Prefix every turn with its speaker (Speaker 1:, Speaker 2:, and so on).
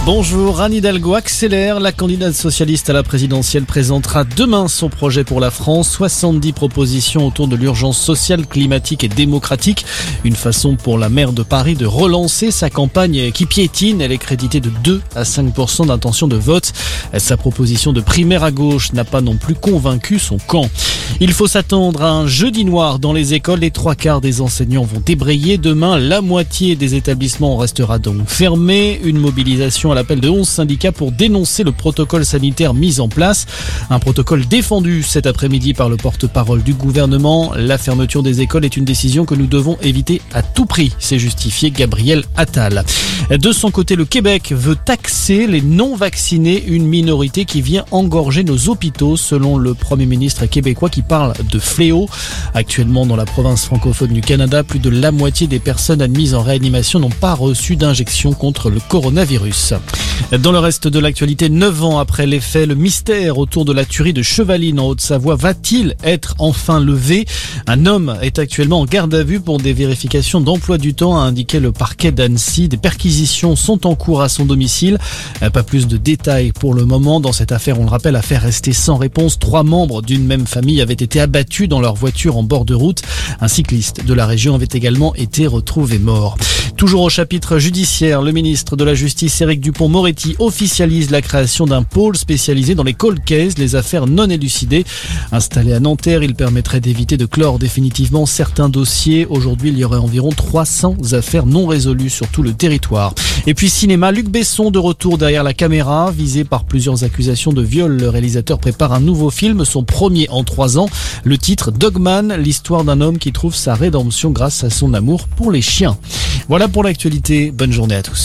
Speaker 1: Bonjour, Anne Hidalgo accélère. La candidate socialiste à la présidentielle présentera demain son projet pour la France. 70 propositions autour de l'urgence sociale, climatique et démocratique. Une façon pour la maire de Paris de relancer sa campagne qui piétine. Elle est créditée de 2 à 5% d'intention de vote. Sa proposition de primaire à gauche n'a pas non plus convaincu son camp. Il faut s'attendre à un jeudi noir dans les écoles. Les 3/4 des enseignants vont débrayer. Demain, la moitié des établissements restera donc fermée. Une mobilisation à l'appel de 11 syndicats pour dénoncer le protocole sanitaire mis en place. Un protocole défendu cet après-midi par le porte-parole du gouvernement. La fermeture des écoles est une décision que nous devons éviter à tout prix, s'est justifié Gabriel Attal. De son côté, le Québec veut taxer les non-vaccinés, une minorité qui vient engorger nos hôpitaux, selon le Premier ministre québécois qui parle de fléau. Actuellement, dans la province francophone du Canada, plus de la moitié des personnes admises en réanimation n'ont pas reçu d'injection contre le coronavirus. Dans le reste de l'actualité, 9 ans après les faits, le mystère autour de la tuerie de Chevaline en Haute-Savoie va-t-il être enfin levé ? Un homme est actuellement en garde à vue pour des vérifications d'emploi du temps, a indiqué le parquet d'Annecy. Des perquisitions sont en cours à son domicile. Pas plus de détails pour le moment. Dans cette affaire, on le rappelle, affaire restée sans réponse. 3 membres d'une même famille avaient été abattus dans leur voiture en bord de route. Un cycliste de la région avait également été retrouvé mort. Toujours au chapitre judiciaire, le ministre de la Justice, Éric Dupond-Moretti, officialise la création d'un pôle spécialisé dans les cold cases, les affaires non élucidées. Installé à Nanterre, il permettrait d'éviter de clore définitivement certains dossiers. Aujourd'hui, il y aurait environ 300 affaires non résolues sur tout le territoire. Et puis cinéma, Luc Besson de retour derrière la caméra. Visé par plusieurs accusations de viol, le réalisateur prépare un nouveau film, son premier en 3 ans. Le titre Dogman, l'histoire d'un homme qui trouve sa rédemption grâce à son amour pour les chiens. Voilà pour l'actualité. Bonne journée à tous.